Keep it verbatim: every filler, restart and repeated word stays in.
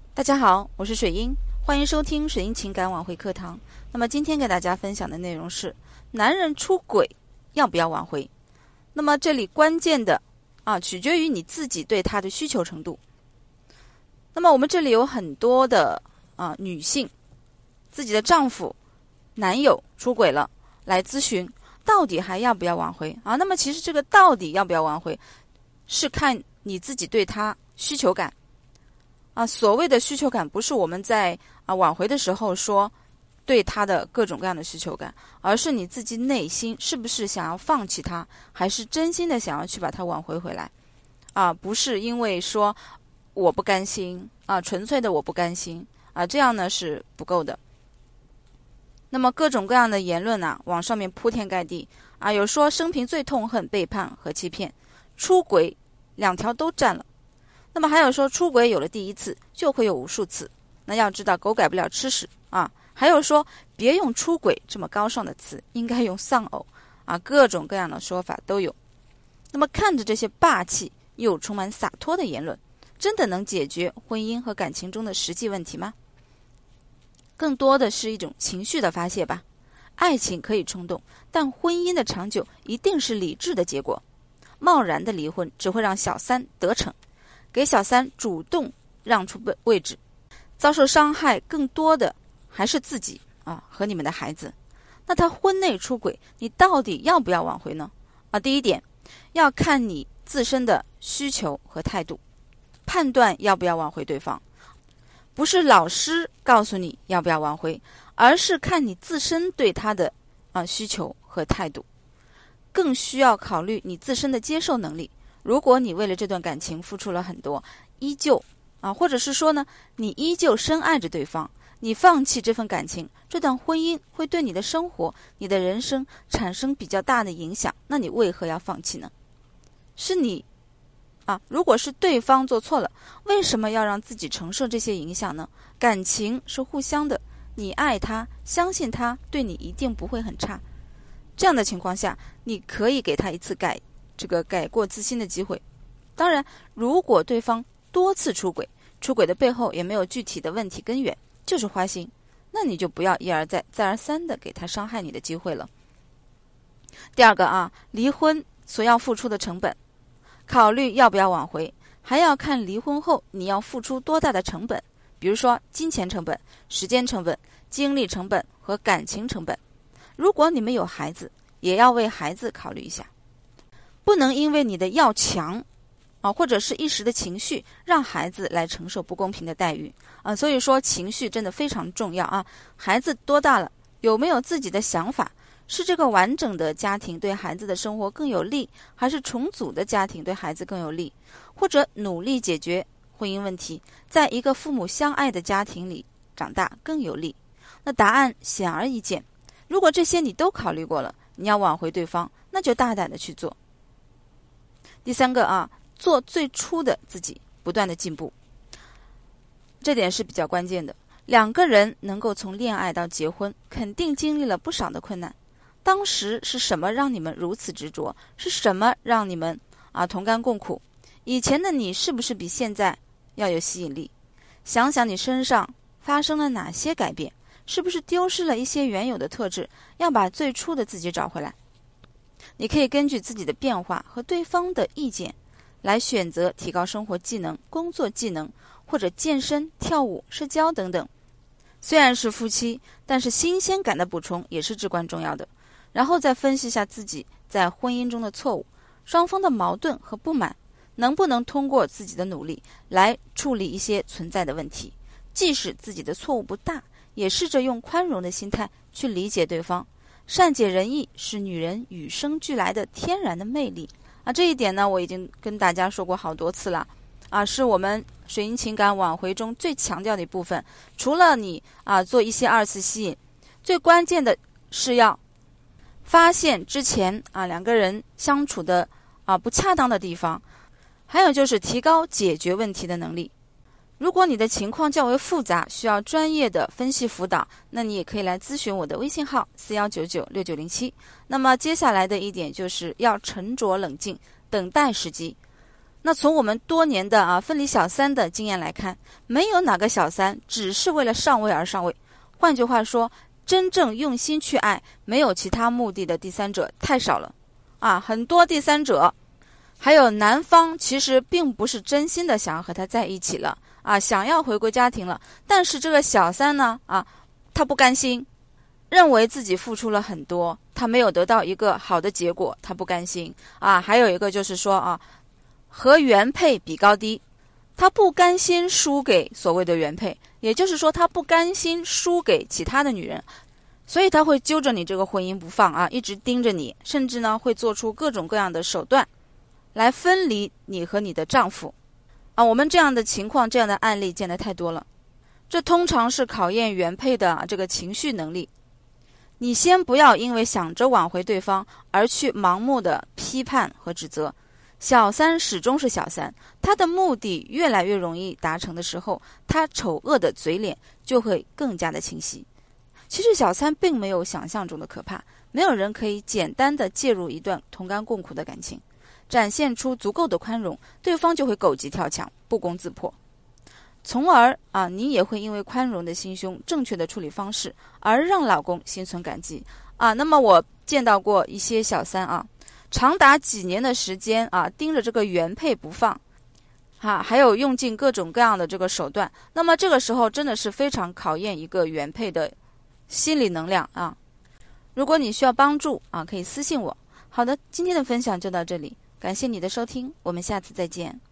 大家好，我是水英，欢迎收听水英情感挽回课堂。那么今天给大家分享的内容是男人出轨要不要挽回。那么这里关键的啊，取决于你自己对他的需求程度。那么我们这里有很多的啊女性，自己的丈夫、男友出轨了，来咨询到底还要不要挽回啊？那么其实这个到底要不要挽回，是看你自己对他需求感。啊，所谓的需求感不是我们在啊挽回的时候说对他的各种各样的需求感，而是你自己内心是不是想要放弃他，还是真心的想要去把他挽回回来。啊，不是因为说我不甘心啊，纯粹的我不甘心啊，这样呢是不够的。那么各种各样的言论啊，往上面铺天盖地啊，有说生平最痛恨背叛和欺骗，出轨两条都占了。那么还有说出轨有了第一次就会有无数次，那要知道狗改不了吃屎啊。还有说别用出轨这么高尚的词，应该用丧偶啊，各种各样的说法都有。那么看着这些霸气又充满洒脱的言论，真的能解决婚姻和感情中的实际问题吗？更多的是一种情绪的发泄吧。爱情可以冲动，但婚姻的长久一定是理智的结果。贸然的离婚只会让小三得逞，给小三主动让出位置，遭受伤害更多的还是自己啊和你们的孩子。那他婚内出轨，你到底要不要挽回呢？啊，第一点，要看你自身的需求和态度，判断要不要挽回对方。不是老师告诉你要不要挽回，而是看你自身对他的啊需求和态度，更需要考虑你自身的接受能力。如果你为了这段感情付出了很多，依旧啊，或者是说呢，你依旧深爱着对方，你放弃这份感情，这段婚姻会对你的生活、你的人生产生比较大的影响，那你为何要放弃呢？是你啊，如果是对方做错了，为什么要让自己承受这些影响呢？感情是互相的，你爱他，相信他对你一定不会很差。这样的情况下，你可以给他一次改这个改过自新的机会。当然，如果对方多次出轨，出轨的背后也没有具体的问题根源，就是花心，那你就不要一而再再而三的给他伤害你的机会了。第二个啊，离婚所要付出的成本，考虑要不要挽回，还要看离婚后你要付出多大的成本，比如说金钱成本、时间成本、精力成本和感情成本。如果你们有孩子，也要为孩子考虑一下，不能因为你的要强啊，或者是一时的情绪，让孩子来承受不公平的待遇啊。所以说情绪真的非常重要啊。孩子多大了，有没有自己的想法？是这个完整的家庭对孩子的生活更有利，还是重组的家庭对孩子更有利？或者努力解决婚姻问题，在一个父母相爱的家庭里长大更有利？那答案显而易见。如果这些你都考虑过了，你要挽回对方，那就大胆的去做。第三个啊，做最初的自己，不断的进步，这点是比较关键的。两个人能够从恋爱到结婚，肯定经历了不少的困难。当时是什么让你们如此执着？是什么让你们啊同甘共苦？以前的你是不是比现在要有吸引力？想想你身上发生了哪些改变，是不是丢失了一些原有的特质？要把最初的自己找回来。你可以根据自己的变化和对方的意见来选择提高生活技能、工作技能，或者健身、跳舞、社交等等。虽然是夫妻，但是新鲜感的补充也是至关重要的。然后再分析一下自己在婚姻中的错误，双方的矛盾和不满，能不能通过自己的努力来处理一些存在的问题。即使自己的错误不大，也试着用宽容的心态去理解对方。善解人意是女人与生俱来的天然的魅力啊！这一点呢，我已经跟大家说过好多次了啊，是我们水银情感挽回中最强调的一部分。除了你啊做一些二次吸引，最关键的是要发现之前啊两个人相处的啊不恰当的地方，还有就是提高解决问题的能力。如果你的情况较为复杂，需要专业的分析辅导，那你也可以来咨询我的微信号四一九九六九零七。那么接下来的一点就是要沉着冷静，等待时机。 那从我们多年的啊分离小三的经验来看，没有哪个小三只是为了上位而上位。换句话说，真正用心去爱，没有其他目的的第三者太少了啊！很多第三者，还有男方其实并不是真心的想要和他在一起了啊，想要回归家庭了，但是这个小三呢啊，他不甘心，认为自己付出了很多，他没有得到一个好的结果，他不甘心啊。还有一个就是说啊，和原配比高低，他不甘心输给所谓的原配，也就是说他不甘心输给其他的女人，所以他会揪着你这个婚姻不放啊，一直盯着你，甚至呢会做出各种各样的手段来分离你和你的丈夫啊。我们这样的情况，这样的案例见得太多了。这通常是考验原配的、啊、这个情绪能力。你先不要因为想着挽回对方而去盲目的批判和指责。小三始终是小三，他的目的越来越容易达成的时候，他丑恶的嘴脸就会更加的清晰。其实小三并没有想象中的可怕，没有人可以简单的介入一段同甘共苦的感情，展现出足够的宽容，对方就会狗急跳墙，不攻自破，从而啊，你也会因为宽容的心胸、正确的处理方式而让老公心存感激啊。那么我见到过一些小三啊，长达几年的时间啊，盯着这个原配不放啊，还有用尽各种各样的这个手段。那么这个时候真的是非常考验一个原配的心理能量啊。如果你需要帮助啊，可以私信我。好的，今天的分享就到这里，感谢你的收听，我们下次再见。